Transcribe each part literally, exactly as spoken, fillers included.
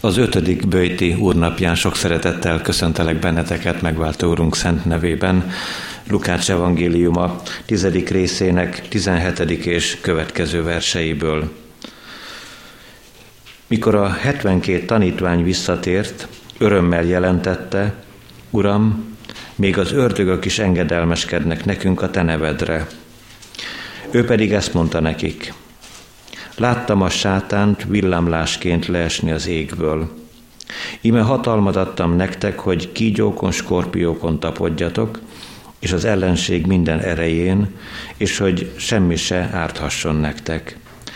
Az ötödik böjti úrnapján sok szeretettel köszöntelek benneteket megváltó Úrunk szent nevében. Lukács evangéliuma tizedik részének tizenhetedik és következő verseiből. Mikor a hetvenkét tanítvány visszatért, örömmel jelentette: Uram, még az ördögök is engedelmeskednek nekünk a te nevedre. Ő pedig ezt mondta nekik: Láttam a sátánt villámlásként leesni az égből. Íme hatalmat adtam nektek, hogy kígyókon, skorpiókon tapodjatok, és az ellenség minden erején, és hogy semmi se árthasson nektek.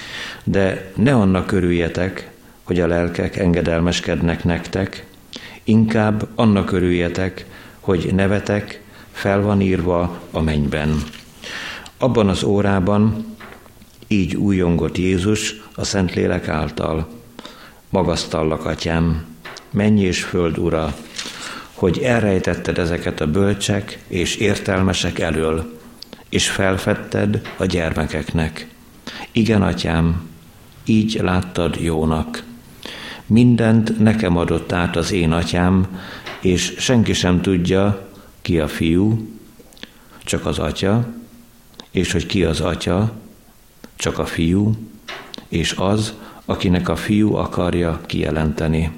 De ne annak örüljetek, hogy a lelkek engedelmeskednek nektek, inkább annak örüljetek, hogy nevetek fel van írva a mennyben. Abban az órában így újjongott Jézus a Szentlélek által: Magasztallak, Atyám, menny és föld ura, hogy elrejtetted ezeket a bölcsek és értelmesek elől, és felfedted a gyermekeknek. Igen, Atyám, így láttad jónak. Mindent nekem adott át az én Atyám, és senki sem tudja, ki a fiú, csak az Atya, és hogy ki az Atya, csak a fiú, és az, akinek a fiú akarja kijelenteni.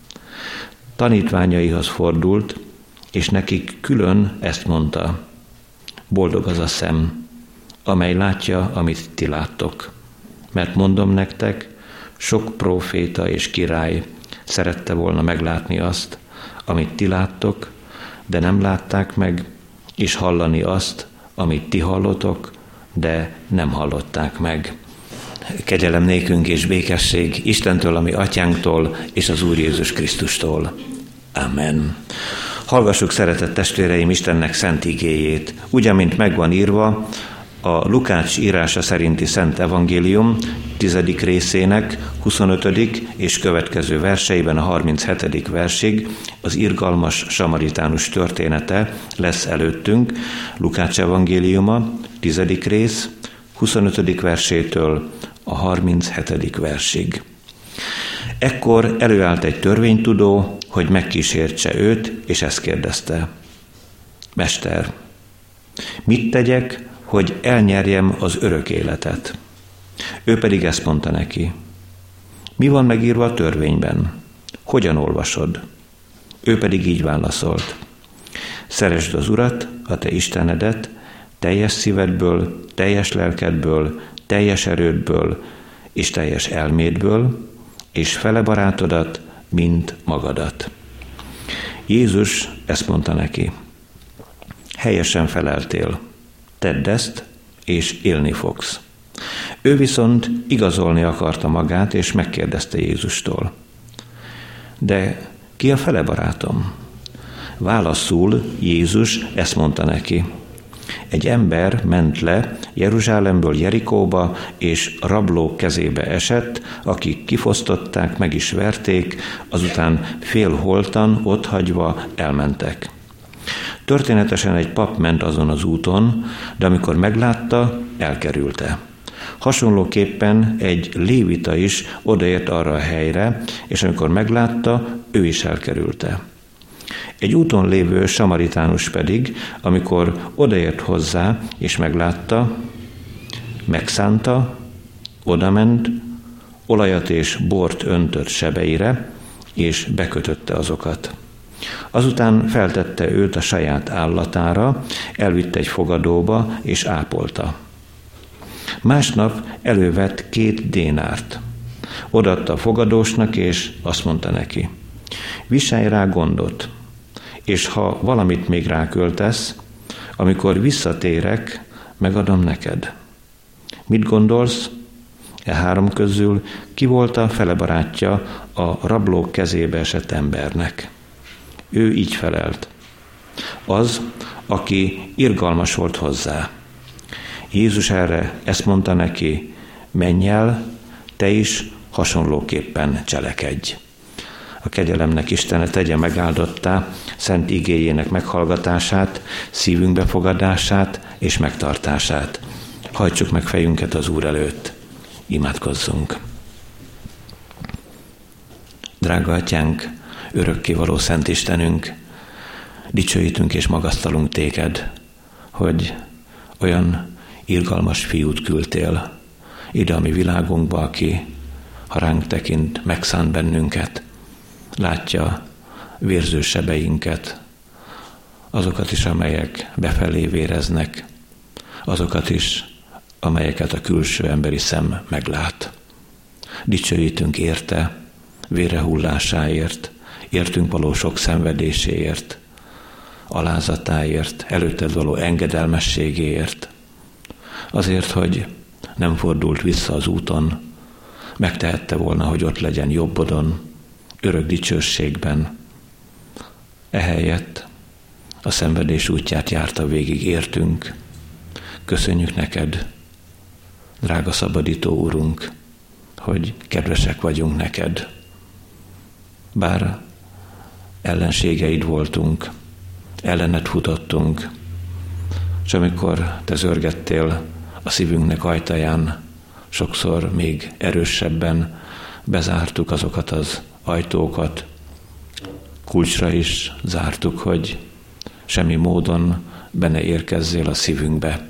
Tanítványaihoz fordult, és nekik külön ezt mondta: Boldog az a szem, amely látja, amit ti láttok. Mert mondom nektek, sok próféta és király szerette volna meglátni azt, amit ti láttok, de nem látták meg, és hallani azt, amit ti hallotok, de nem hallották meg. Kegyelem nékünk és békesség Istentől, ami Atyánktól, és az Úr Jézus Krisztustól. Amen. Hallgassuk, szeretett testvéreim, Istennek szent igéjét. Úgy, amint megvan írva a Lukács írása szerinti Szent Evangélium tizedik részének huszonötödik és következő verseiben a harminchetedik versig az irgalmas samaritánus története lesz előttünk. Lukács evangéliuma tizedik rész huszonötödik versétől a harminchetedik versig. Ekkor előállt egy törvénytudó, hogy megkísértse őt, és ezt kérdezte: Mester, mit tegyek, hogy elnyerjem az örök életet? Ő pedig ezt mondta neki: Mi van megírva a törvényben? Hogyan olvasod? Ő pedig így válaszolt: Szeresd az Urat, a te Istenedet, teljes szívedből, teljes lelkedből, teljes erődből és teljes elmédből, és fele barátodat, mint magadat. Jézus ezt mondta neki: Helyesen feleltél, tedd ezt, és élni fogsz. Ő viszont igazolni akarta magát, és megkérdezte Jézustól: De ki a fele barátom? Válaszul Jézus ezt mondta neki: Egy ember ment le Jeruzsálemből Jerikóba, és rablók kezébe esett, akik kifosztották, meg is verték, azután félholtan, otthagyva elmentek. Történetesen egy pap ment azon az úton, de amikor meglátta, elkerülte. Hasonlóképpen egy lévita is odaért arra a helyre, és amikor meglátta, ő is elkerülte. Egy úton lévő samaritánus pedig, amikor odaért hozzá és meglátta, megszánta, odament, olajat és bort öntött sebeire, és bekötötte azokat. Azután feltette őt a saját állatára, elvitte egy fogadóba, és ápolta. Másnap elővett két dénárt. Odaadta a fogadósnak, és azt mondta neki: Viselj rá gondot, és ha valamit még ráköltesz, amikor visszatérek, megadom neked. Mit gondolsz? E három közül ki volt a fele barátja a rablók kezébe esett embernek? Ő így felelt: Az, aki irgalmas volt hozzá. Jézus erre ezt mondta neki: Menj el, te is hasonlóképpen cselekedj. A kegyelemnek Istene tegye megáldottá szent igéjének meghallgatását, szívünk befogadását és megtartását. Hajtsuk meg fejünket az Úr előtt. Imádkozzunk. Drága Atyánk, örökkévaló Szent Istenünk, dicsőítünk és magasztalunk Téged, hogy olyan irgalmas fiút küldtél ide a mi világunkba, aki, ha ránk tekint, megszánt bennünket, látja vérző sebeinket, azokat is, amelyek befelé véreznek, azokat is, amelyeket a külső emberi szem meglát. Dicsőítünk érte, vérehullásáért, értünk való sok szenvedéséért, alázatáért, előtted való engedelmességéért, azért, hogy nem fordult vissza az úton, megtehette volna, hogy ott legyen jobbodon, örök dicsőségben. Ehelyett a szenvedés útját járta végig értünk. Köszönjük neked, drága szabadító Urunk, hogy kedvesek vagyunk neked. Bár ellenségeid voltunk, ellened futottunk, és amikor te zörgettél a szívünknek ajtaján, sokszor még erősebben bezártuk azokat az ajtókat, kulcsra is zártuk, hogy semmi módon be ne érkezzél a szívünkbe.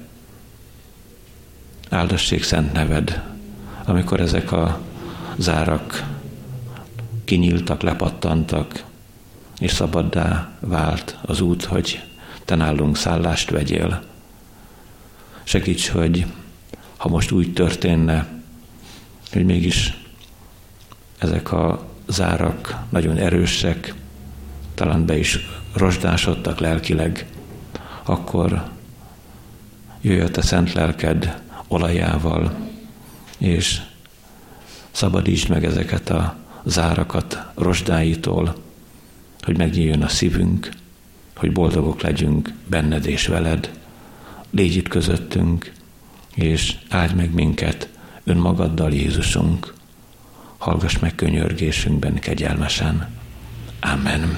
Áldassék szent neved, amikor ezek a zárak kinyíltak, lepattantak, és szabaddá vált az út, hogy te nálunk szállást vegyél. Segíts, hogy ha most úgy történne, hogy mégis ezek a zárak nagyon erősek, talán be is rozsdásodtak lelkileg, akkor jöjj a te szent lelked olajával, és szabadítsd meg ezeket a zárakat rozsdáitól, hogy megnyíljon a szívünk, hogy boldogok legyünk benned és veled. Légy itt közöttünk, és áldj meg minket önmagaddal, Jézusunk. Hallgass meg könyörgésünkben kegyelmesen. Amen.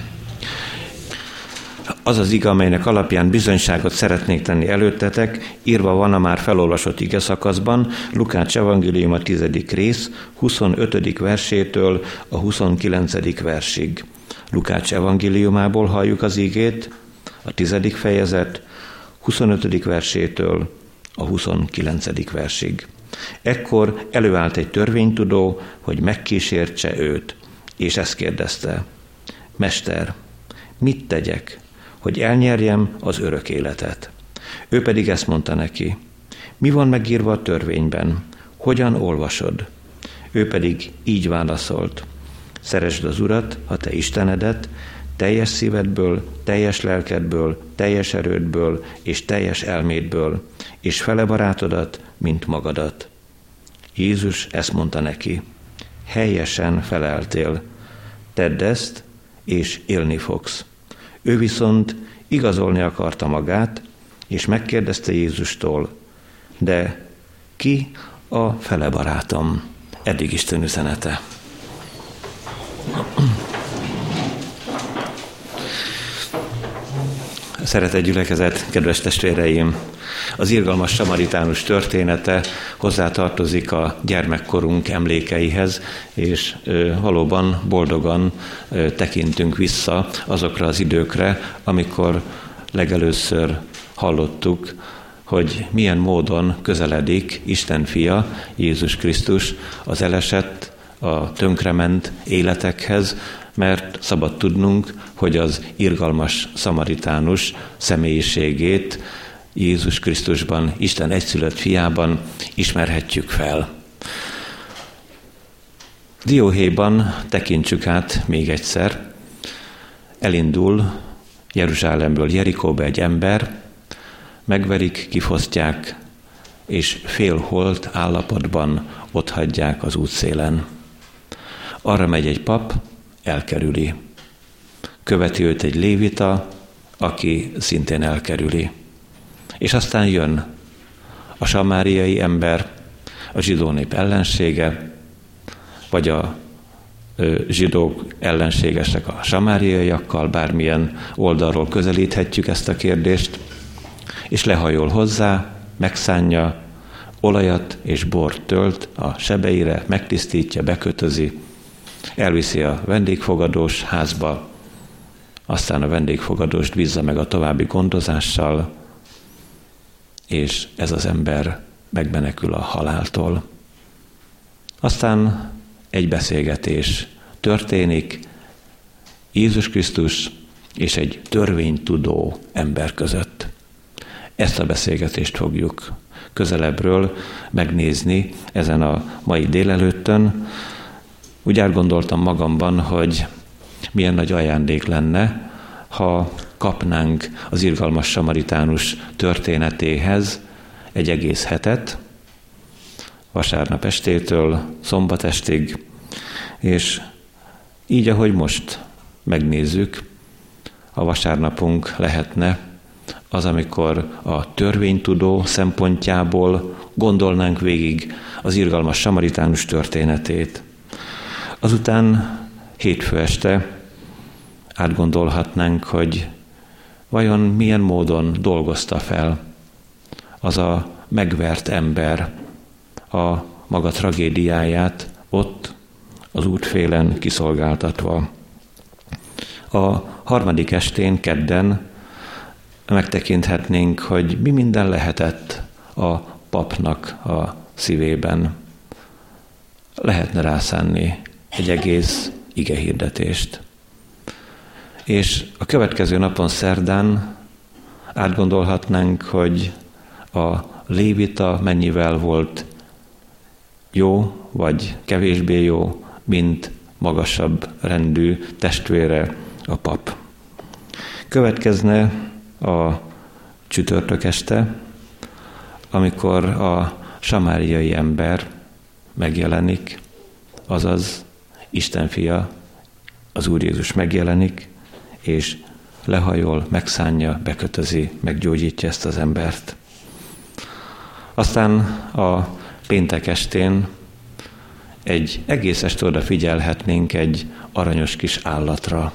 Az az ige, amelynek alapján bizonyságot szeretnék tenni előttetek, írva van a már felolvasott ige szakaszban, Lukács evangélium a tizedik rész, huszonötödik versétől a huszonkilencedik versig. Lukács evangéliumából halljuk az igét, a tizedik fejezet, huszonötödik versétől a huszonkilencedik versig. Ekkor előállt egy törvénytudó, hogy megkísértse őt, és ezt kérdezte: Mester, mit tegyek, hogy elnyerjem az örök életet? Ő pedig ezt mondta neki: mi van megírva a törvényben? Hogyan olvasod? Ő pedig így válaszolt: szeresd az Urat, a te Istenedet, teljes szívedből, teljes lelkedből, teljes erődből és teljes elmédből, és fele barátodat, mint magadat. Jézus ezt mondta neki: helyesen feleltél, tedd ezt, és élni fogsz. Ő viszont igazolni akarta magát, és megkérdezte Jézustól: de ki a fele barátom? Eddig Isten üzenete. Szeretett gyülekezet, kedves testvéreim! Az irgalmas samaritánus története hozzátartozik a gyermekkorunk emlékeihez, és valóban boldogan tekintünk vissza azokra az időkre, amikor legelőször hallottuk, hogy milyen módon közeledik Isten fia, Jézus Krisztus az elesett, a tönkrement életekhez, mert szabad tudnunk, hogy az irgalmas szamaritánus személyiségét Jézus Krisztusban, Isten egyszülött fiában ismerhetjük fel. Dióhéjban tekintsük át még egyszer. Elindul Jeruzsálemből Jerikóba egy ember, megverik, kifosztják, és félholt állapotban otthagyják az útszélen. Arra megy egy pap, elkerüli. Követi őt egy lévita, aki szintén elkerüli. És aztán jön a samáriai ember, a zsidó nép ellensége, vagy a ö, zsidók ellenségesek a samáriaiakkal, bármilyen oldalról közelíthetjük ezt a kérdést, és lehajol hozzá, megszánja, olajat és bort tölt a sebeire, megtisztítja, bekötözi, elviszi a vendégfogadós házba, aztán a vendégfogadóst bízza meg a további gondozással, és ez az ember megmenekül a haláltól. Aztán egy beszélgetés történik Jézus Krisztus és egy törvénytudó ember között. Ezt a beszélgetést fogjuk közelebbről megnézni ezen a mai délelőttön. Úgy átgondoltam magamban, hogy milyen nagy ajándék lenne, ha kapnánk az irgalmas samaritánus történetéhez egy egész hetet, vasárnap estétől szombat estig, és így, ahogy most megnézzük, a vasárnapunk lehetne az, amikor a törvénytudó szempontjából gondolnánk végig az irgalmas samaritánus történetét. Azután hétfő este átgondolhatnánk, hogy vajon milyen módon dolgozta fel az a megvert ember a maga tragédiáját ott az útfélen kiszolgáltatva. A harmadik estén, kedden megtekinthetnénk, hogy mi minden lehetett a papnak a szívében. Lehetne rászánni egy egész igehirdetést. És a következő napon, szerdán átgondolhatnánk, hogy a lévita mennyivel volt jó, vagy kevésbé jó, mint magasabb rendű testvére a pap. Következne a csütörtök este, amikor a samáriai ember megjelenik, azaz Isten fia, az Úr Jézus megjelenik, és lehajol, megszánja, bekötözi, meggyógyítja ezt az embert. Aztán a péntek estén egy egész este odafigyelhetnénk egy aranyos kis állatra,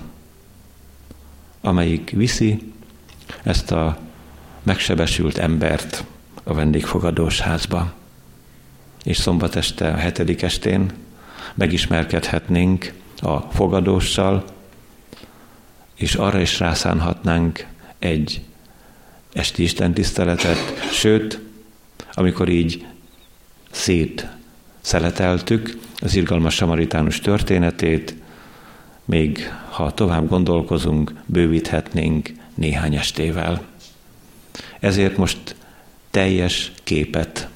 amelyik viszi ezt a megsebesült embert a vendégfogadós házba. És szombat este, a hetedik estén megismerkedhetnénk a fogadóssal, és arra is rászánhatnánk egy esti istentiszteletet, sőt, amikor így szét szeleteltük az irgalmas samaritánus történetét, még ha tovább gondolkozunk, bővíthetnénk néhány estével. Ezért most teljes képet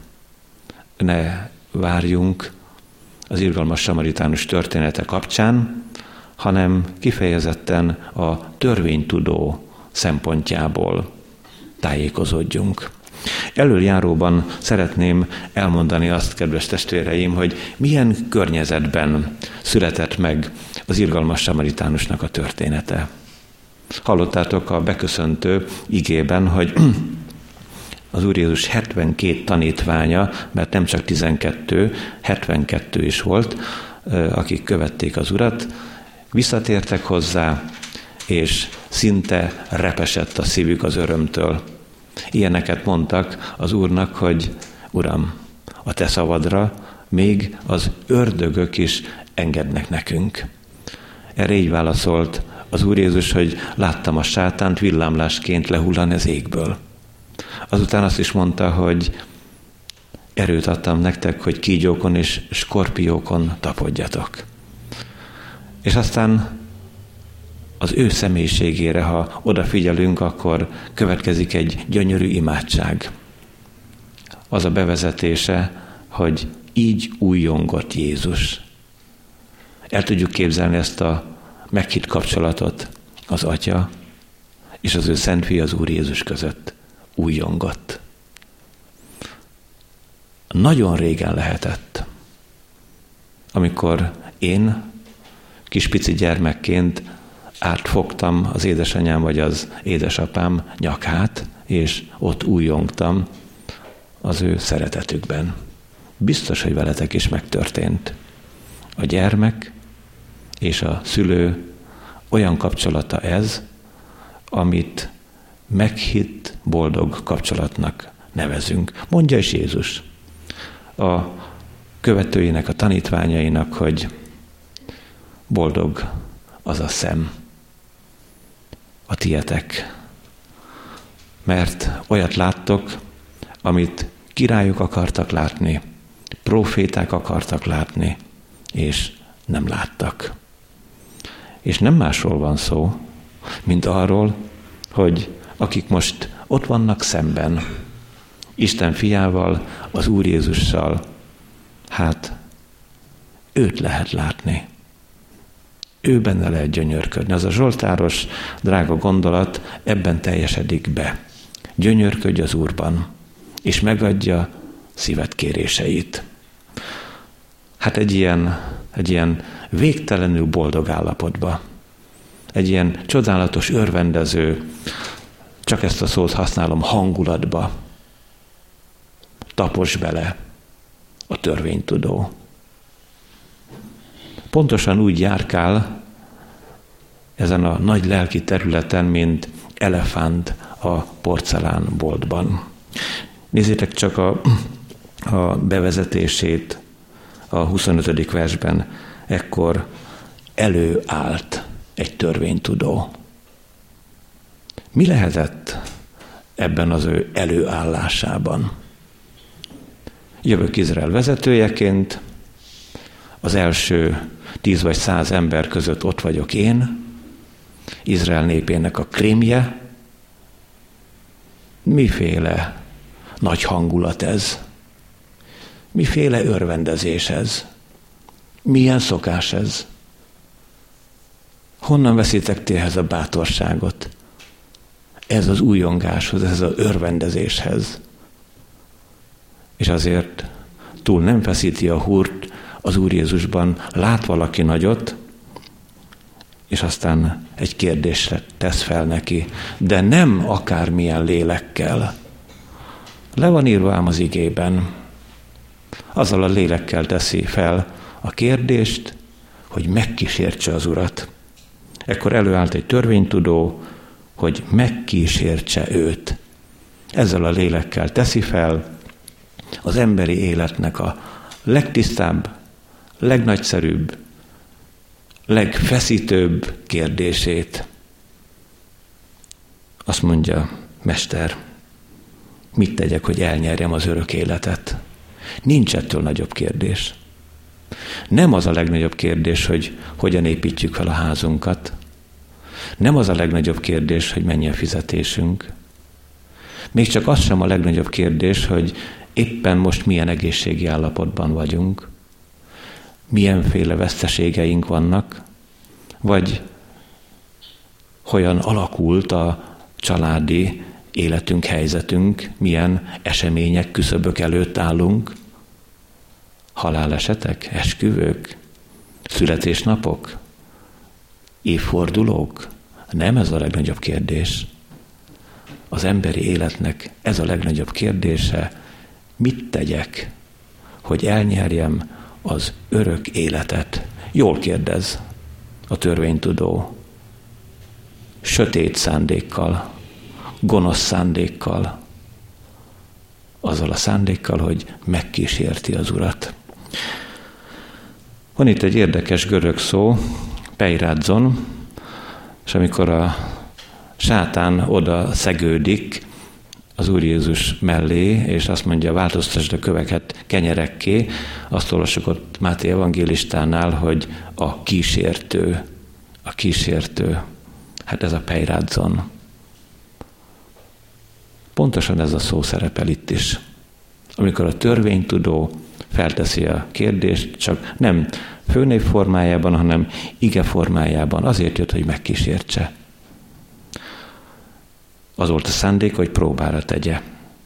ne várjunk az irgalmas samaritánus története kapcsán, hanem kifejezetten a törvénytudó szempontjából tájékozódjunk. Elöljáróban szeretném elmondani azt, kedves testvéreim, hogy milyen környezetben született meg az irgalmas samaritánusnak a története. Hallottátok a beköszöntő igében, hogy az Úr Jézus hetvenkét tanítványa, mert nem csak tizenkettő, hetvenkettő is volt, akik követték az Urat, visszatértek hozzá, és szinte repesett a szívük az örömtől. Ilyeneket mondtak az Úrnak, hogy Uram, a te szavadra még az ördögök is engednek nekünk. Erre így válaszolt az Úr Jézus, hogy láttam a sátánt villámlásként lehullani az égből. Azután azt is mondta, hogy erőt adtam nektek, hogy kígyókon és skorpiókon tapodjatok. És aztán az ő személyiségére, ha odafigyelünk, akkor következik egy gyönyörű imádság. Az a bevezetése, hogy így újjongott Jézus. El tudjuk képzelni ezt a meghitt kapcsolatot az Atya és az ő Szent Fia, az Úr Jézus között. Újjongott. Nagyon régen lehetett, amikor én kis pici gyermekként átfogtam az édesanyám vagy az édesapám nyakát, és ott újjongtam az ő szeretetükben. Biztos, hogy veletek is megtörtént. A gyermek és a szülő olyan kapcsolata ez, amit meghitt, boldog kapcsolatnak nevezünk. Mondja is Jézus a követőinek, a tanítványainak, hogy boldog az a szem, a tietek, mert olyat láttok, amit királyok akartak látni, próféták akartak látni, és nem láttak. És nem másról van szó, mint arról, hogy akik most ott vannak szemben, Isten fiával, az Úr Jézussal, hát őt lehet látni. Ő benne lehet gyönyörködni. Az a zsoltáros, drága gondolat ebben teljesedik be. Gyönyörködj az Úrban, és megadja szíved kéréseit. Hát egy ilyen, egy ilyen végtelenül boldog állapotba, egy ilyen csodálatos, örvendező, csak ezt a szót használom, hangulatba tapos bele a törvénytudó. Pontosan úgy járkál ezen a nagy lelki területen, mint elefánt a porcelánboltban. Nézzétek csak a, a bevezetését a huszonötödik versben. Ekkor előállt egy törvénytudó. Mi lehetett ebben az ő előállásában? Jövök Izrael vezetőjeként, az első tíz vagy száz ember között ott vagyok én, Izrael népének a krémje. Miféle nagy hangulat ez? Miféle örvendezés ez? Milyen szokás ez? Honnan veszitek ti ehhez a bátorságot? Ez az újongáshoz, ez az örvendezéshez. És azért túl nem feszíti a húrt az Úr Jézusban, lát valaki nagyot, és aztán egy kérdésre tesz fel neki, de nem akármilyen lélekkel. Le van írva ám az igében. Azzal a lélekkel teszi fel a kérdést, hogy megkísértse az Urat. Ekkor előállt egy törvénytudó, hogy megkísértse őt. Ezzel a lélekkel teszi fel az emberi életnek a legtisztább, legnagyszerűbb, legfeszítőbb kérdését. Azt mondja, Mester, mit tegyek, hogy elnyerjem az örök életet? Nincs ettől nagyobb kérdés. Nem az a legnagyobb kérdés, hogy hogyan építjük fel a házunkat. Nem az a legnagyobb kérdés, hogy mennyi a fizetésünk. Még csak az sem a legnagyobb kérdés, hogy éppen most milyen egészségi állapotban vagyunk, milyenféle veszteségeink vannak, vagy hogyan alakult a családi életünk, helyzetünk, milyen események, küszöbök előtt állunk, halálesetek, esküvők, születésnapok, évfordulók. Nem ez a legnagyobb kérdés. Az emberi életnek ez a legnagyobb kérdése, mit tegyek, hogy elnyerjem az örök életet? Jól kérdez a törvénytudó. Sötét szándékkal, gonosz szándékkal, azzal a szándékkal, hogy megkísérti az Urat. Van itt egy érdekes görög szó, peirádzon, és amikor a sátán oda szegődik az Úr Jézus mellé, és azt mondja, változtasd a köveket kenyerekké, azt olvassuk ott Máté evangélistánál, hogy a kísértő, a kísértő, hát ez a peirádzon. Pontosan ez a szó szerepel itt is. Amikor a törvénytudó felteszi a kérdést, csak nem főnév formájában, hanem ige formájában. Azért jött, hogy megkísértse. Az volt a szándék, hogy próbára tegye.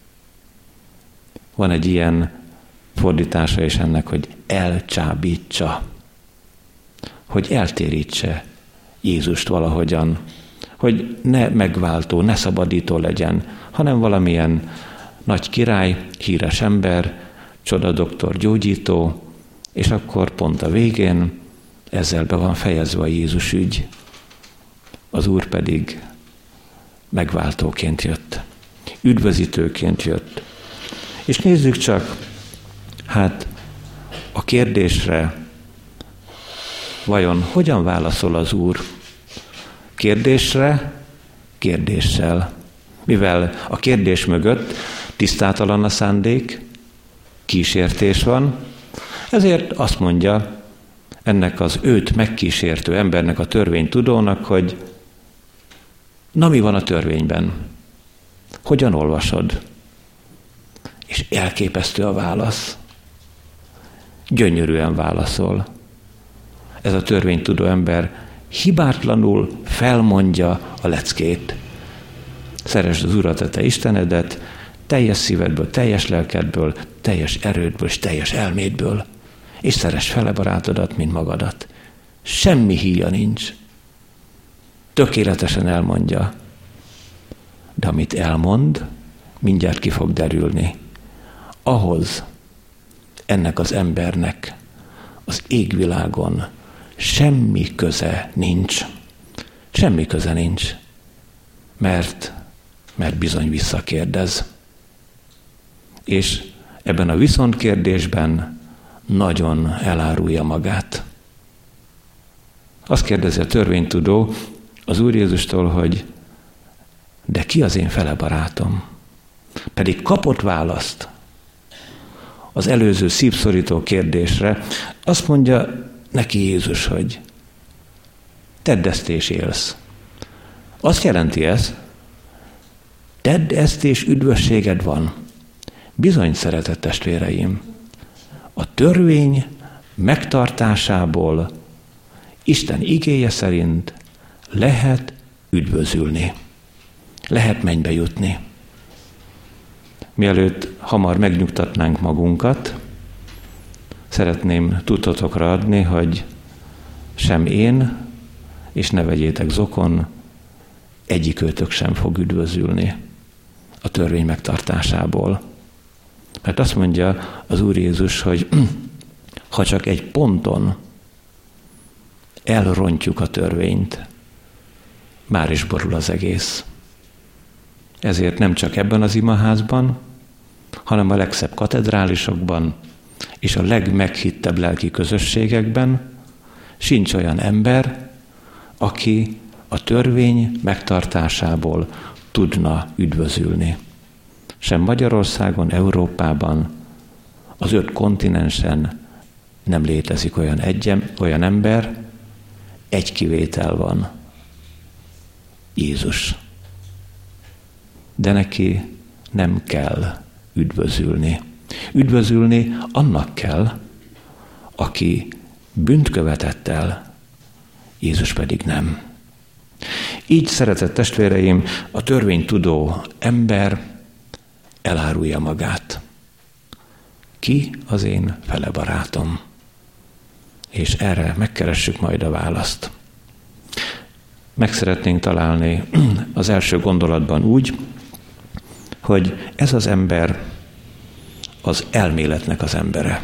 Van egy ilyen fordítása is ennek, hogy elcsábítsa. Hogy eltérítse Jézust valahogyan. Hogy ne megváltó, ne szabadító legyen, hanem valamilyen nagy király, híres ember, csodadoktor, gyógyító, és akkor pont a végén ezzel be van fejezve a Jézus ügy. Az Úr pedig megváltóként jött, üdvözítőként jött. És nézzük csak, hát a kérdésre Vajon hogyan válaszol az Úr? Kérdésre kérdéssel. Mivel a kérdés mögött tisztátalan a szándék, kísértés van, ezért azt mondja ennek az őt megkísértő embernek, a törvénytudónak, hogy na, mi van a törvényben? Hogyan olvasod? És elképesztő a válasz. Gyönyörűen válaszol. Ez a törvénytudó ember hibátlanul felmondja a leckét. Szeresd az Urat, a te Istenedet, teljes szívedből, teljes lelkedből, teljes erődből és teljes elmédből, és szeresd fele barátodat, mint magadat. Semmi híja nincs. Tökéletesen elmondja. De amit elmond, mindjárt ki fog derülni. Ahhoz ennek az embernek az égvilágon semmi köze nincs. Semmi köze nincs. Mert, mert bizony visszakérdez. És ebben a viszontkérdésben nagyon elárulja magát. Azt kérdezi a törvénytudó az Úr Jézustól, hogy de ki az én fele barátom? Pedig kapott választ az előző szívszorító kérdésre. Azt mondja neki Jézus, hogy tedd ezt és élsz. Azt jelenti ez, tedd ezt és üdvösséged van. Bizony, szeretett testvéreim, a törvény megtartásából Isten igéje szerint lehet üdvözülni. Lehet mennybe jutni. Mielőtt hamar megnyugtatnánk magunkat, szeretném tudtotokra adni, hogy sem én, és ne vegyétek zokon, egyikőtök sem fog üdvözülni a törvény megtartásából. Mert azt mondja az Úr Jézus, hogy ha csak egy ponton elrontjuk a törvényt, már is borul az egész. Ezért nem csak ebben az imaházban, hanem a legszebb katedrálisokban és a legmeghittebb lelki közösségekben sincs olyan ember, aki a törvény megtartásából tudna üdvözülni. Sem Magyarországon, Európában, az öt kontinensen nem létezik olyan, egyem, olyan ember, egy kivétel van. Jézus. De neki nem kell üdvözülni. Üdvözülni annak kell, aki bűnt követett el, Jézus pedig nem. Így, szeretett testvéreim, a törvénytudó ember elárulja magát. Ki az én fele barátom? És erre megkeressük majd a választ. Meg szeretnénk találni az első gondolatban úgy, hogy ez az ember az elméletnek az embere.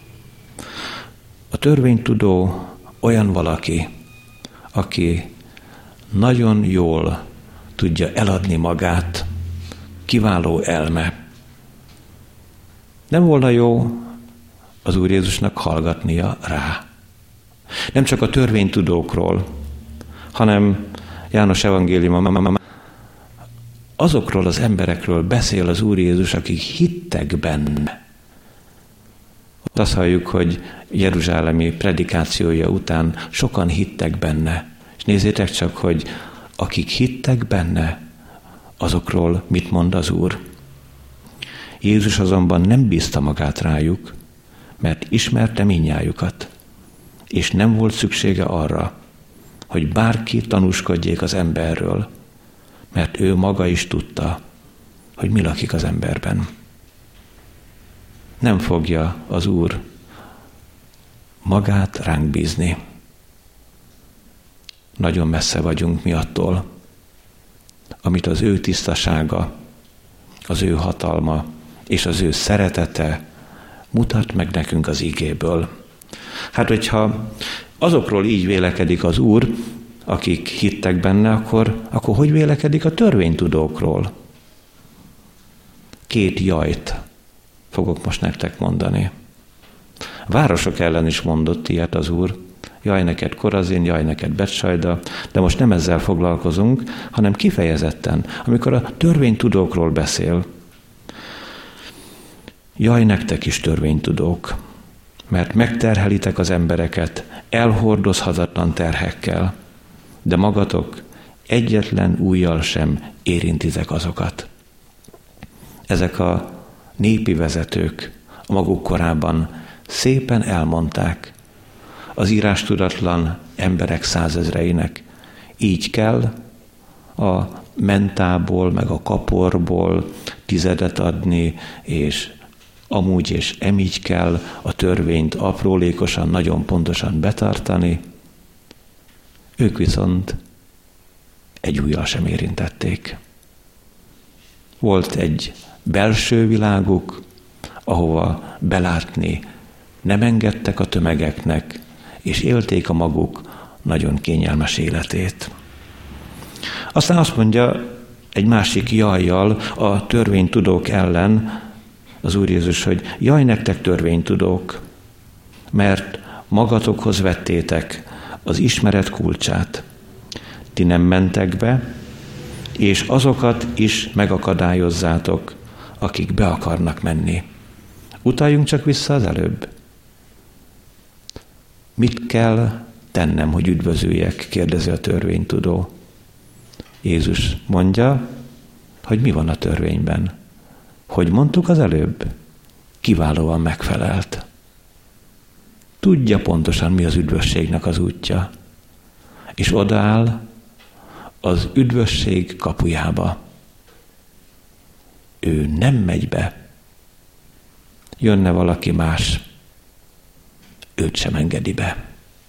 A törvénytudó olyan valaki, aki nagyon jól tudja eladni magát, kiváló elme. Nem volna jó az Úr Jézusnak hallgatnia rá. Nem csak a törvénytudókról, hanem János evangéliuma azokról az emberekről beszél az Úr Jézus, akik hittek benne. Azt halljuk, hogy jeruzsálemi predikációja után sokan hittek benne. És nézzétek csak, hogy akik hittek benne, azokról mit mond az Úr. Jézus azonban nem bízta magát rájuk, mert ismerte mindnyájukat, és nem volt szüksége arra, hogy bárki tanúskodjék az emberről, mert ő maga is tudta, hogy mi lakik az emberben. Nem fogja az Úr magát ránk bízni. Nagyon messze vagyunk mi attól, amit az ő tisztasága, az ő hatalma és az ő szeretete mutat meg nekünk az igéből. Hát, hogyha azokról így vélekedik az Úr, akik hittek benne, akkor, akkor hogy vélekedik a törvénytudókról? Két jajt fogok most nektek mondani. Városok ellen is mondott ilyet az Úr. jaj neked Korazin, jaj neked Betsajda, de most nem ezzel foglalkozunk, hanem kifejezetten, amikor a törvénytudókról beszél. Jaj nektek is törvénytudók, mert megterhelitek az embereket elhordozhatatlan terhekkel, de magatok egyetlen ujjal sem érintitek azokat. Ezek a népi vezetők a maguk korában szépen elmondták az írástudatlan emberek százezreinek. Így kell a mentából, meg a kaporból tizedet adni, és amúgy és emígy kell a törvényt aprólékosan, nagyon pontosan betartani. Ők viszont egy ujjal sem érintették. Volt egy belső világuk, ahova belátni nem engedtek a tömegeknek, és élték a maguk nagyon kényelmes életét. Aztán azt mondja egy másik jajjal a törvénytudók ellen az Úr Jézus, hogy jaj nektek törvénytudók, mert magatokhoz vettétek az ismeret kulcsát. Ti nem mentek be, és azokat is megakadályozzátok, akik be akarnak menni. Utaljunk csak vissza az előbb. Mit kell tennem, hogy üdvözüljek? Kérdezi a törvénytudó. Jézus mondja, hogy mi van a törvényben. Hogy mondtuk az előbb? Kiválóan megfelelt. Tudja pontosan, mi az üdvösségnek az útja. És odaáll az üdvösség kapujába. Ő nem megy be. Jönne valaki más, őt sem engedi be.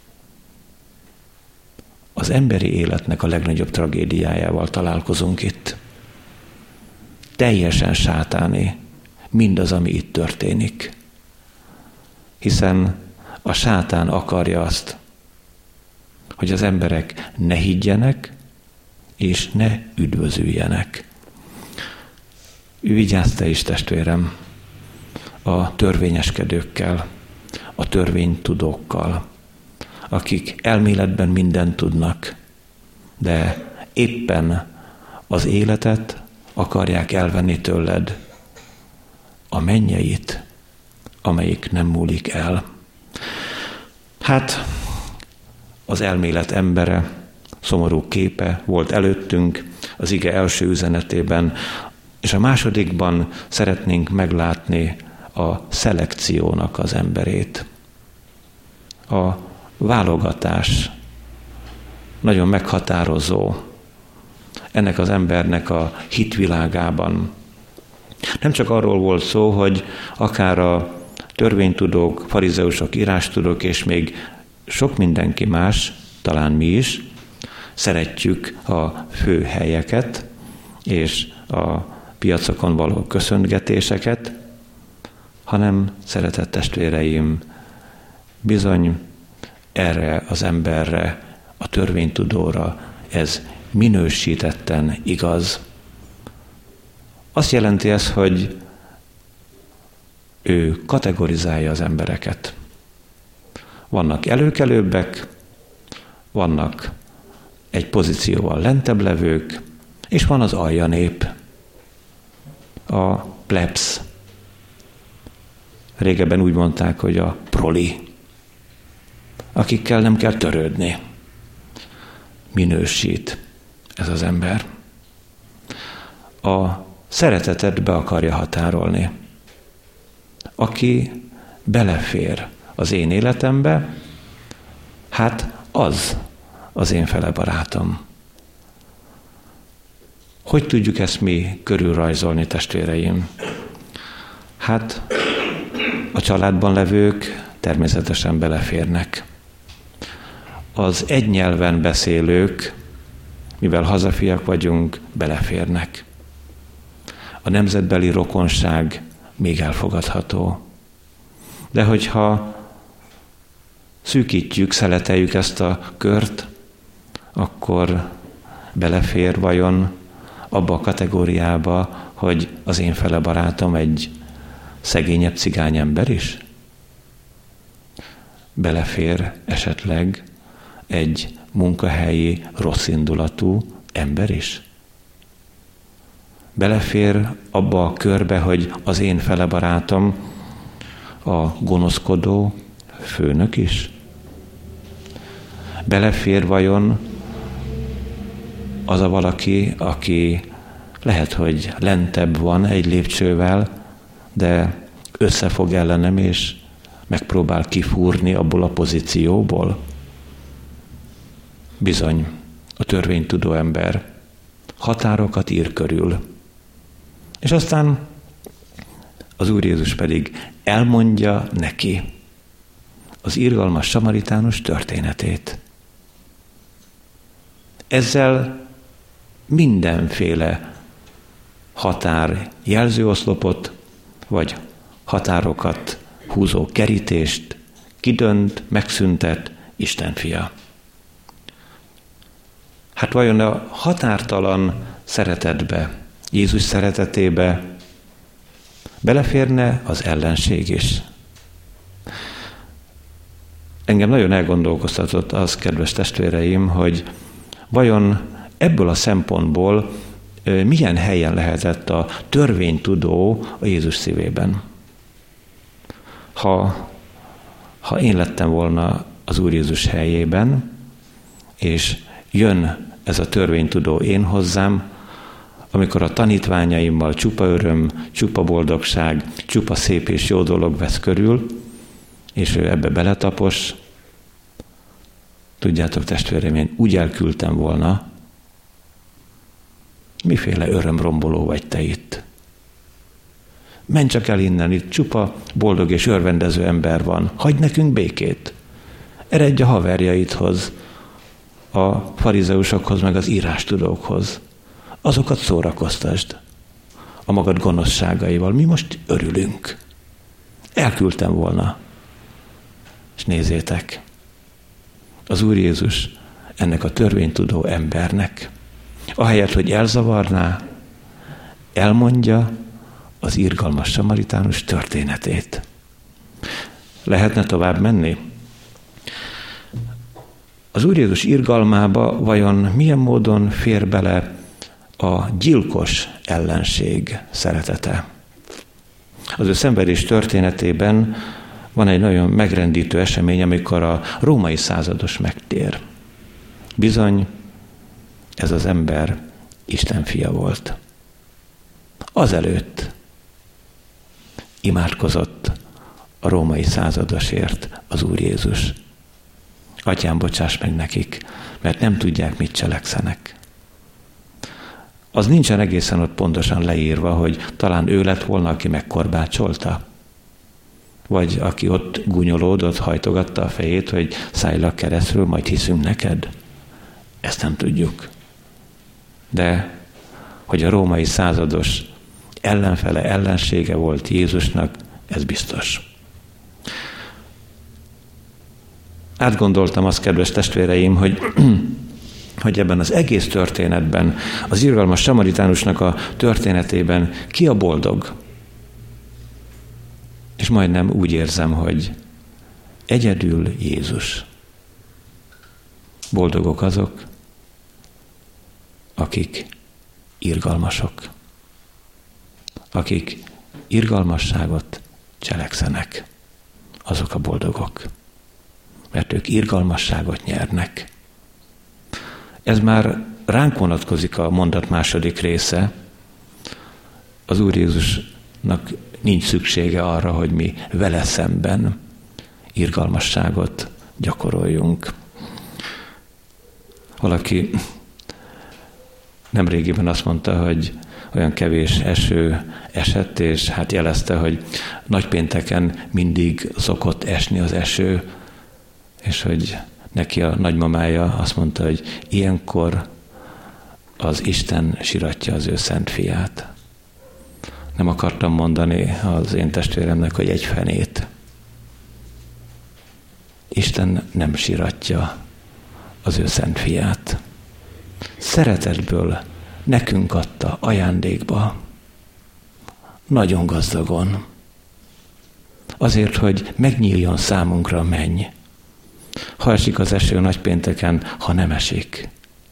Az emberi életnek a legnagyobb tragédiájával találkozunk itt. Teljesen sátáné mindaz, ami itt történik. Hiszen a sátán akarja azt, hogy az emberek ne higgyenek, és ne üdvözüljenek. Vigyázz te is, testvérem, a törvényeskedőkkel, a törvénytudókkal, akik elméletben mindent tudnak, de éppen az életet akarják elvenni tőled, a mennyeit, amelyik nem múlik el. Hát az elmélet embere, szomorú képe volt előttünk az ige első üzenetében, és a másodikban szeretnénk meglátni a szelekciónak az emberét. A válogatás nagyon meghatározó ennek az embernek a hitvilágában. Nem csak arról volt szó, hogy akár a törvénytudók, farizeusok, írástudók és még sok mindenki más, talán mi is, szeretjük a fő helyeket és a piacokon való köszöntgetéseket, hanem, szeretett testvéreim, bizony erre az emberre, a törvénytudóra ez minősítetten igaz. Azt jelenti ez, hogy ő kategorizálja az embereket. Vannak előkelőbbek, vannak egy pozícióval lentebb levők, és van az aljanép, a plebs. Régebben úgy mondták, hogy a proli, akikkel nem kell törődni. Minősít ez az ember. A szeretetet be akarja határolni. Aki belefér az én életembe, hát az az én fele barátom. Hogy tudjuk ezt mi körülrajzolni, testvéreim? Hát a családban levők természetesen beleférnek. Az egy nyelven beszélők, mivel hazafiak vagyunk, beleférnek. A nemzetbeli rokonság még elfogadható. De hogyha szűkítjük, szeleteljük ezt a kört, akkor belefér vajon abba a kategóriába, hogy az én fele barátom egy szegényebb cigány ember is? Belefér esetleg egy munkahelyi rosszindulatú ember is? Belefér abba a körbe, hogy az én fele barátom a gonoszkodó főnök is? Belefér vajon az a valaki, aki lehet, hogy lentebb van egy lépcsővel, de összefog ellenem, és megpróbál kifúrni abból a pozícióból? Bizony, a törvénytudó ember határokat ír körül. És aztán az Úr Jézus pedig elmondja neki az irgalmas samaritánus történetét. Ezzel mindenféle határ jelzőoszlopot, vagy határokat húzó kerítést kidönt, megszüntet Isten fia. Hát vajon a határtalan szeretetbe, Jézus szeretetébe beleférne az ellenség is? Engem nagyon elgondolkoztatott az, kedves testvéreim, hogy vajon ebből a szempontból milyen helyen lehetett a törvénytudó a Jézus szívében. Ha, ha én lettem volna az Úr Jézus helyében, és jön ez a törvénytudó én hozzám, amikor a tanítványaimmal csupa öröm, csupa boldogság, csupa szép és jó dolog vesz körül, és ő ebbe beletapos, tudjátok, testvéreim, én úgy elküldtem volna, miféle örömromboló vagy te itt. Menj csak el innen, itt csupa boldog és örvendező ember van. Hagyj nekünk békét. Eredj a haverjaidhoz, a farizeusokhoz, meg az írástudókhoz. Azokat szórakoztasd a magad gonoszságaival. Mi most örülünk. Elküldtem volna. És nézzétek, az Úr Jézus ennek a törvénytudó embernek, ahelyett, hogy elzavarná, elmondja az irgalmas samaritánus történetét. Lehetne tovább menni? Az Úr Jézus irgalmába vajon milyen módon fér bele a gyilkos ellenség szeretete? Az ő szenvedés történetében van egy nagyon megrendítő esemény, amikor a római százados megtér. Bizony, ez az ember Isten fia volt. Azelőtt imádkozott a római századosért az Úr Jézus. Atyám, bocsáss meg nekik, mert nem tudják, mit cselekszenek. Az nincsen egészen ott pontosan leírva, hogy talán ő lett volna, aki megkorbácsolta, vagy aki ott gúnyolódott, hajtogatta a fejét, hogy szállj le a keresztről, majd hiszünk neked. Ezt nem tudjuk. De hogy a római százados ellenfele, ellensége volt Jézusnak, ez biztos. Átgondoltam azt, kedves testvéreim, hogy, hogy ebben az egész történetben, az irgalmas samaritánusnak a történetében ki a boldog? És majdnem úgy érzem, hogy egyedül Jézus. Boldogok azok, akik irgalmasok, akik irgalmasságot cselekszenek, azok a boldogok, mert ők irgalmasságot nyernek. Ez már ránk vonatkozik a mondat második része. Az Úr Jézusnak nincs szüksége arra, hogy mi vele szemben irgalmasságot gyakoroljunk. Valaki nemrégiben azt mondta, hogy olyan kevés eső esett, és hát jelezte, hogy nagypénteken mindig szokott esni az eső, és hogy neki a nagymamája azt mondta, hogy ilyenkor az Isten siratja az ő szent fiát. Nem akartam mondani az én testvéremnek, hogy egy fenét. Isten nem siratja az ő szent fiát. Szeretetből nekünk adta ajándékba, nagyon gazdagon, azért, hogy megnyíljon számunkra a menny. ha esik az eső nagypénteken, ha nem esik.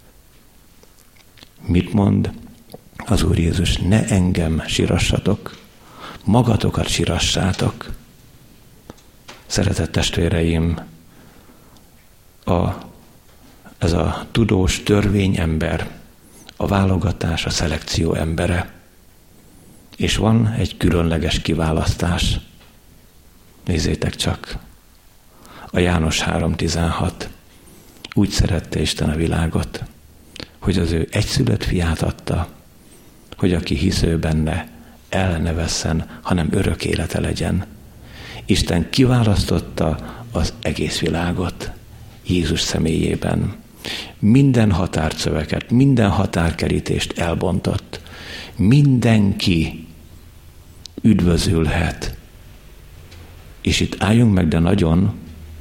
Mit mond az Úr Jézus? Ne engem sirassatok, magatokat sirassátok. Szeretett testvéreim, a, ez a tudós törvényember, a válogatás, a szelekció embere. És van egy különleges kiválasztás. Nézzétek csak, a János három tizenhat. Úgy szerette Isten a világot, hogy az ő egyszülött fiát adta, hogy aki hisz ő benne, el ne vesszen, hanem örök élete legyen. Isten kiválasztotta az egész világot Jézus személyében. Minden határcöveket, minden határkerítést elbontott. Mindenki üdvözülhet. És itt álljunk meg, de nagyon,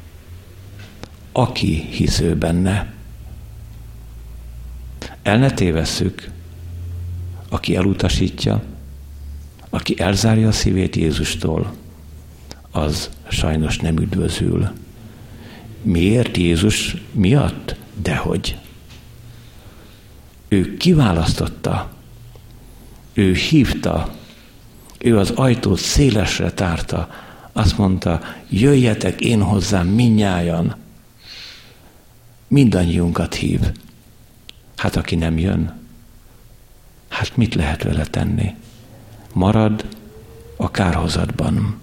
aki hisz ő benne. El ne tévesszük, aki elutasítja, aki elzárja a szívét Jézustól, az sajnos nem üdvözül. Miért? Jézus miatt? Dehogy. Ő kiválasztotta, ő hívta, ő az ajtót szélesre tárta, azt mondta, jöjjetek én hozzám mindnyájan. Mindannyiunkat hív. Hát aki nem jön, hát mit lehet vele tenni? Marad a kárhozatban.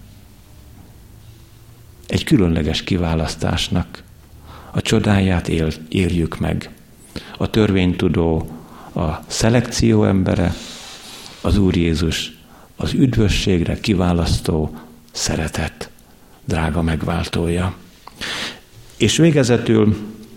Egy különleges kiválasztásnak a csodáját él, érjük meg. A törvénytudó, a szelekció embere, az Úr Jézus, az üdvösségre kiválasztó szeretet, drága megváltója. És végezetül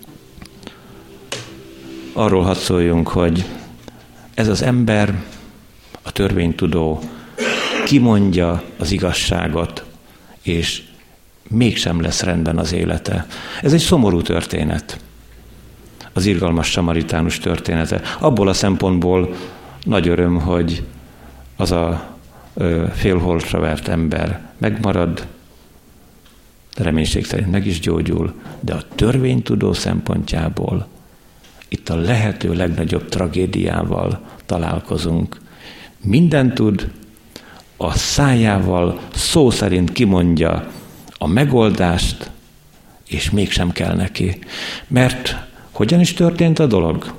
arról hadd szóljunk, hogy ez az ember, a törvénytudó kimondja az igazságot, és mégsem lesz rendben az élete. Ez egy szomorú történet. Az irgalmas samaritánus története. Abból a szempontból nagy öröm, hogy az a ö, félholtra vert ember megmarad, reménység szerint meg is gyógyul, de a törvénytudó szempontjából itt a lehető legnagyobb tragédiával találkozunk. Mindent tud, a szájával szó szerint kimondja a megoldást, és mégsem kell neki. Mert hogyan is történt a dolog?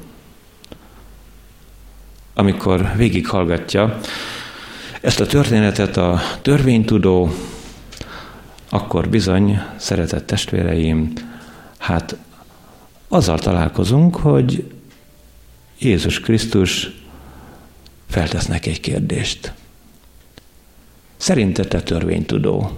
Amikor végighallgatja ezt a történetet a törvénytudó, akkor bizony, szeretett testvéreim, hát azzal találkozunk, hogy Jézus Krisztus feltesz neki egy kérdést. Szerinted te törvénytudó?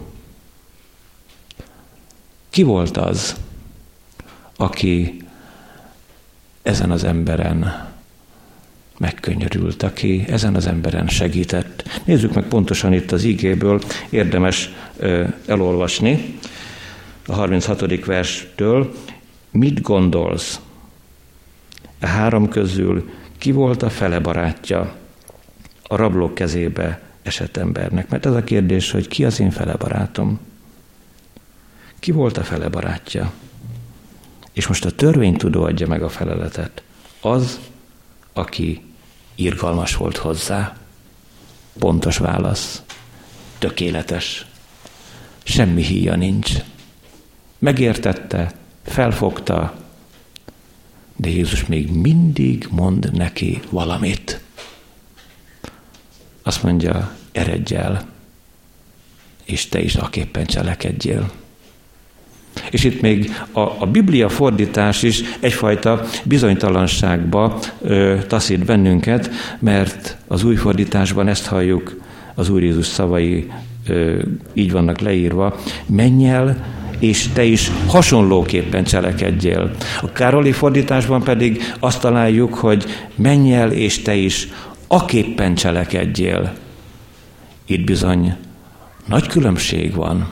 Ki volt az, aki ezen az emberen megkönyörült, aki ezen az emberen segített? Nézzük meg pontosan itt az igéből, érdemes ö, elolvasni a harminchatodik verstől. Mit gondolsz? A három közül ki volt a fele barátja a rablók kezébe esett embernek? Mert ez a kérdés, hogy ki az én fele barátom? Ki volt a fele barátja? És most a törvénytudó adja meg a feleletet. Az, aki irgalmas volt hozzá. Pontos válasz. Tökéletes. Semmi híja nincs. Megértette, felfogta, de Jézus még mindig mond neki valamit. Azt mondja, eredj el, és te is aképpen cselekedjél. És itt még a, a Biblia fordítás is egyfajta bizonytalanságba ö, taszít bennünket, mert az új fordításban ezt halljuk, az Úr Jézus szavai ö, így vannak leírva, menj el, és te is hasonlóképpen cselekedjél. A Károli fordításban pedig azt találjuk, hogy menj el, és te is aképpen cselekedjél. Itt bizony nagy különbség van,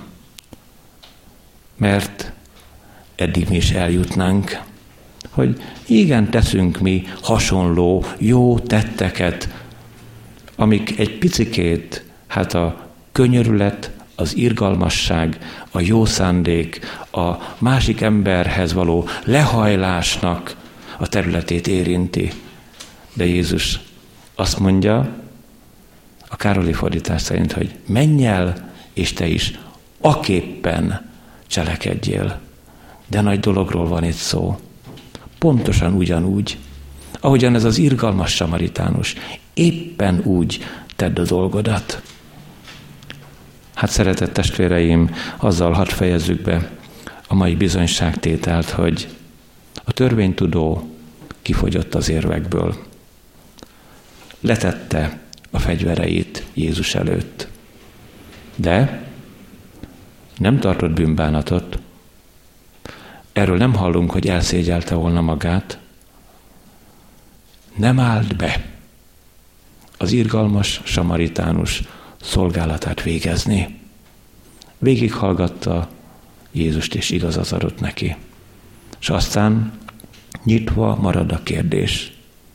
mert eddig mi is eljutnánk, hogy igen, teszünk mi hasonló jó tetteket, amik egy picikét, hát a könyörület, az irgalmasság, a jó szándék, a másik emberhez való lehajlásnak a területét érinti. De Jézus azt mondja, a Károli fordítás szerint, hogy menj el, és te is aképpen cselekedjél. De nagy dologról van itt szó. Pontosan ugyanúgy, ahogyan ez az irgalmas samaritánus, éppen úgy tedd a dolgodat. Hát szeretett testvéreim, azzal hadd fejezzük be a mai bizonyságtételt, hogy a törvénytudó kifogyott az érvekből. Letette a fegyvereit Jézus előtt. De nem tartott bűnbánatot. Erről nem hallunk, hogy elszégyelte volna magát. Nem állt be az irgalmas samaritánus szolgálatát végezni. Végighallgatta Jézust, és igazat adott neki. És aztán nyitva marad a kérdés.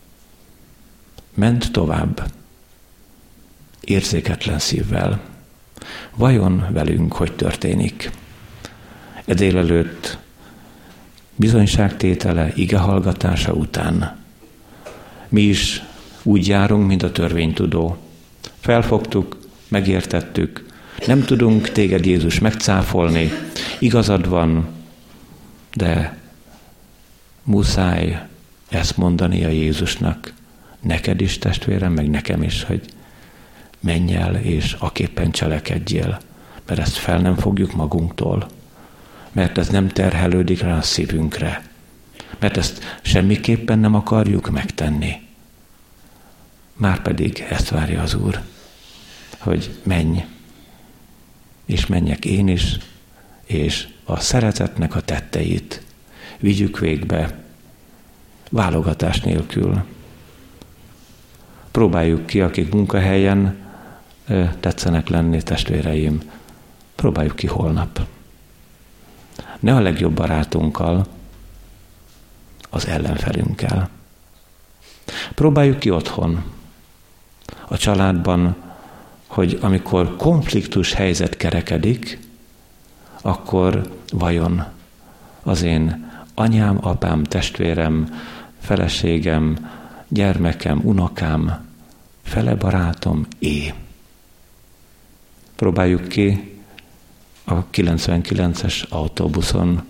Ment tovább, érzéketlen szívvel. Vajon velünk hogy történik? E délelőtt bizonyságtétele, igehallgatása után mi is úgy járunk, mint a törvénytudó. Felfogtuk, megértettük, nem tudunk téged, Jézus, megcáfolni, igazad van, de muszáj ezt mondani a Jézusnak, neked is, testvérem, meg nekem is, hogy menj el, és aképpen cselekedjél, mert ezt fel nem fogjuk magunktól, mert ez nem terhelődik rá a szívünkre, mert ezt semmiképpen nem akarjuk megtenni. Márpedig ezt várja az Úr, hogy menj, és menjek én is, és a szeretetnek a tetteit vigyük végbe, válogatás nélkül. Próbáljuk ki, akik munkahelyen tetszenek lenni, testvéreim, próbáljuk ki holnap. Ne a legjobb barátunkkal, az ellenfelünkkel. Próbáljuk ki otthon, a családban, hogy amikor konfliktus helyzet kerekedik, akkor vajon az én anyám, apám, testvérem, feleségem, gyermekem, unokám, fele barátom, é. Próbáljuk ki a kilencvenkilences autóbuszon,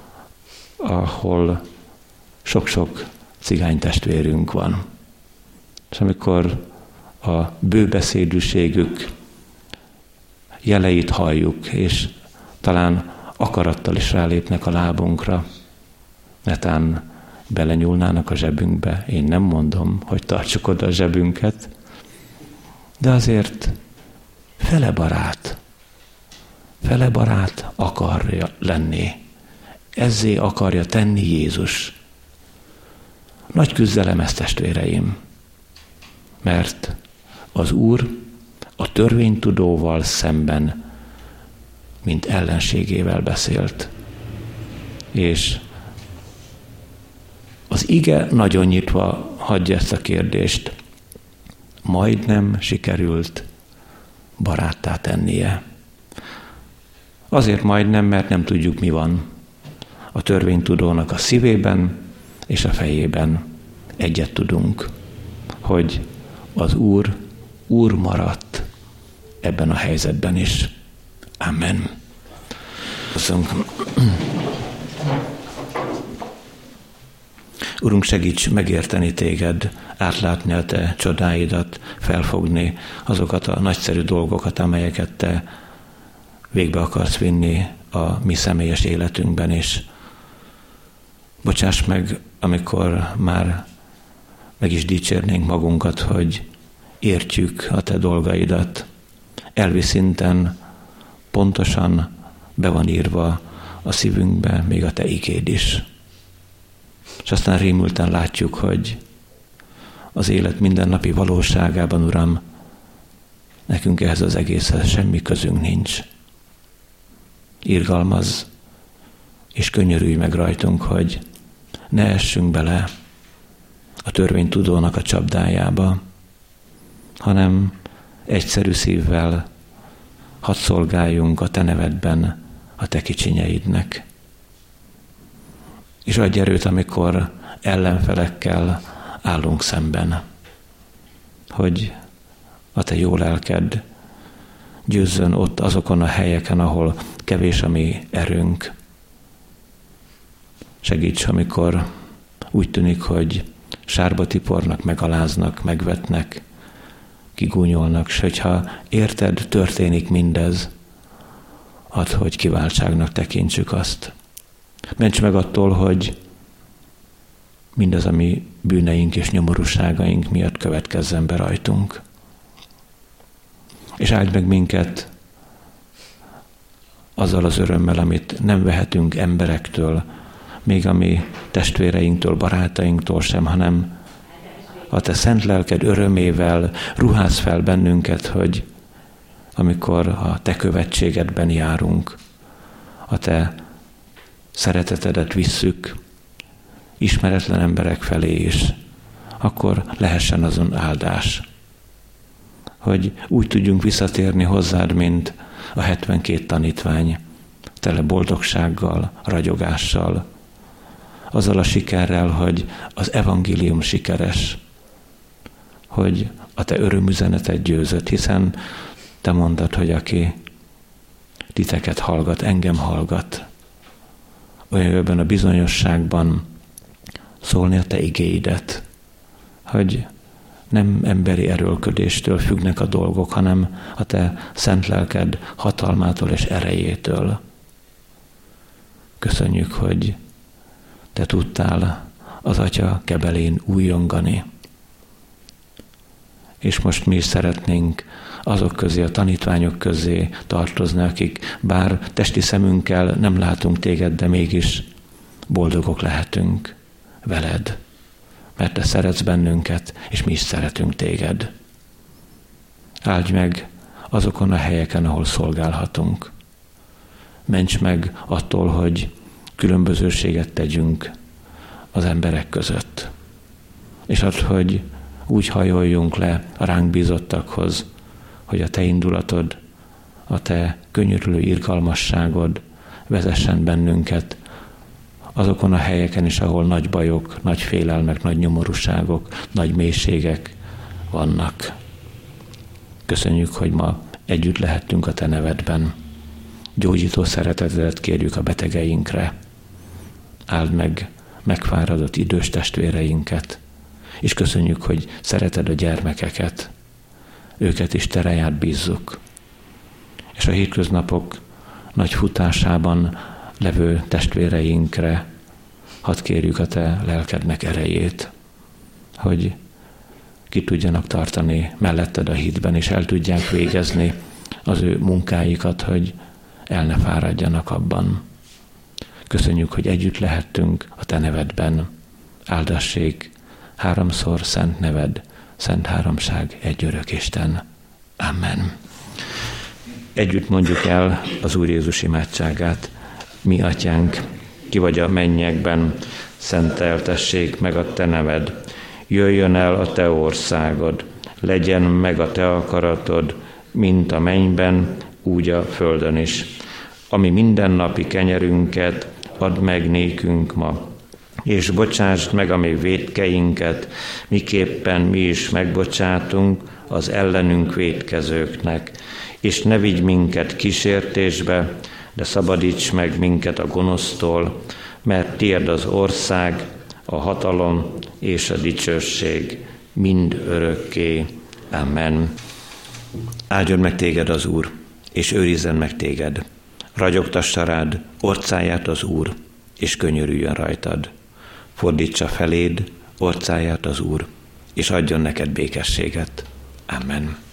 ahol sok-sok cigány testvérünk van. És amikor a bőbeszédűségük jeleit halljuk, és talán akarattal is rálépnek a lábunkra, netán belenyúlnának a zsebünkbe. Én nem mondom, hogy tartsuk oda a zsebünket, de azért fele barát, fele barát akarja lenni. Ezzé akarja tenni Jézus. Nagy küzdelem ez, testvéreim, mert az Úr a törvénytudóval szemben, mint ellenségével beszélt. És az ige nagyon nyitva hagyja ezt a kérdést. Majdnem sikerült baráttá tennie. Azért majdnem, mert nem tudjuk, mi van a törvénytudónak a szívében és a fejében. Egyet tudunk, hogy az Úr, Úr maradt ebben a helyzetben is. Amen. Köszönjük. Urunk, segíts megérteni téged, átlátni a te csodáidat, felfogni azokat a nagyszerű dolgokat, amelyeket te végbe akarsz vinni a mi személyes életünkben is. Bocsáss meg, amikor már meg is dicsérnénk magunkat, hogy értjük a te dolgaidat. Elvi szinten pontosan be van írva a szívünkbe, még a te igéd is. És aztán rémülten látjuk, hogy az élet mindennapi valóságában, Uram, nekünk ehhez az egészhez semmi közünk nincs. Irgalmazz, és könyörülj meg rajtunk, hogy ne essünk bele a törvénytudónak a csapdájába, hanem egyszerű szívvel hadd szolgáljunk a te nevedben a te kicsinyeidnek. És adj erőt, amikor ellenfelekkel állunk szemben, hogy a te jó lelked győzzön ott azokon a helyeken, ahol kevés a mi erőnk. Segíts, amikor úgy tűnik, hogy sárba tipornak, megaláznak, megvetnek, kigúnyolnak, s hogyha érted, történik mindez, add, hogy kiváltságnak tekintsük azt. Ments meg attól, hogy mindaz, ami bűneink és nyomorúságaink miatt következzen be rajtunk. És áld meg minket azzal az örömmel, amit nem vehetünk emberektől, még a mi testvéreinktől, barátainktól sem, hanem a te szent lelked örömével ruház fel bennünket, hogy amikor a te követségedben járunk, a te szeretetedet visszük ismeretlen emberek felé is, akkor lehessen azon áldás. Hogy úgy tudjunk visszatérni hozzád, mint a hetvenkét tanítvány, tele boldogsággal, ragyogással, azzal a sikerrel, hogy az evangélium sikeres, hogy a te örömüzeneted győzött, hiszen te mondtad, hogy aki titeket hallgat, engem hallgat, olyan jövőben a bizonyosságban szólni a te igéidet, hogy nem emberi erőlködéstől függnek a dolgok, hanem a te szent lelked hatalmától és erejétől. Köszönjük, hogy te tudtál az Atya kebelén újongani. És most mi is szeretnénk azok közé, a tanítványok közé tartozni, akik bár testi szemünkkel nem látunk téged, de mégis boldogok lehetünk veled, mert te szeretsz bennünket, és mi is szeretünk téged. Áldj meg azokon a helyeken, ahol szolgálhatunk. Ments meg attól, hogy különbözőséget tegyünk az emberek között. És add, hogy úgy hajoljunk le a ránk bízottakhoz, hogy a te indulatod, a te könyörülő irgalmasságod vezessen bennünket azokon a helyeken is, ahol nagy bajok, nagy félelmek, nagy nyomorúságok, nagy mélységek vannak. Köszönjük, hogy ma együtt lehettünk a te nevedben. Gyógyító szeretetedet kérjük a betegeinkre. Áld meg megfáradott idős testvéreinket, és köszönjük, hogy szereted a gyermekeket. Őket is te rád bízzuk. És a hétköznapok nagy futásában levő testvéreinkre hadd kérjük a te lelkednek erejét, hogy ki tudjanak tartani melletted a hitben, és el tudják végezni az ő munkáikat, hogy el ne fáradjanak abban. Köszönjük, hogy együtt lehettünk a te nevedben. Áldassék háromszor szent neved, szent háromság, egy örök Isten. Amen. Együtt mondjuk el az Úr Jézus imádságát. Mi atyánk, ki vagy a mennyekben, szenteltessék meg a te neved. Jöjjön el a te országod, legyen meg a te akaratod, mint a mennyben, úgy a földön is. Ami mindennapi kenyerünket add meg nékünk ma, és bocsásd meg a mi vétkeinket, miképpen mi is megbocsátunk az ellenünk vétkezőknek, és ne vigy minket kísértésbe, de szabadíts meg minket a gonosztól, mert tiéd az ország, a hatalom és a dicsőség mind örökké. Amen. Áldjon meg téged az Úr, és őrizzen meg téged. Ragyogtassa rád orcáját az Úr, és könyörüljön rajtad. Fordítsa feléd orcáját az Úr, és adjon neked békességet. Amen.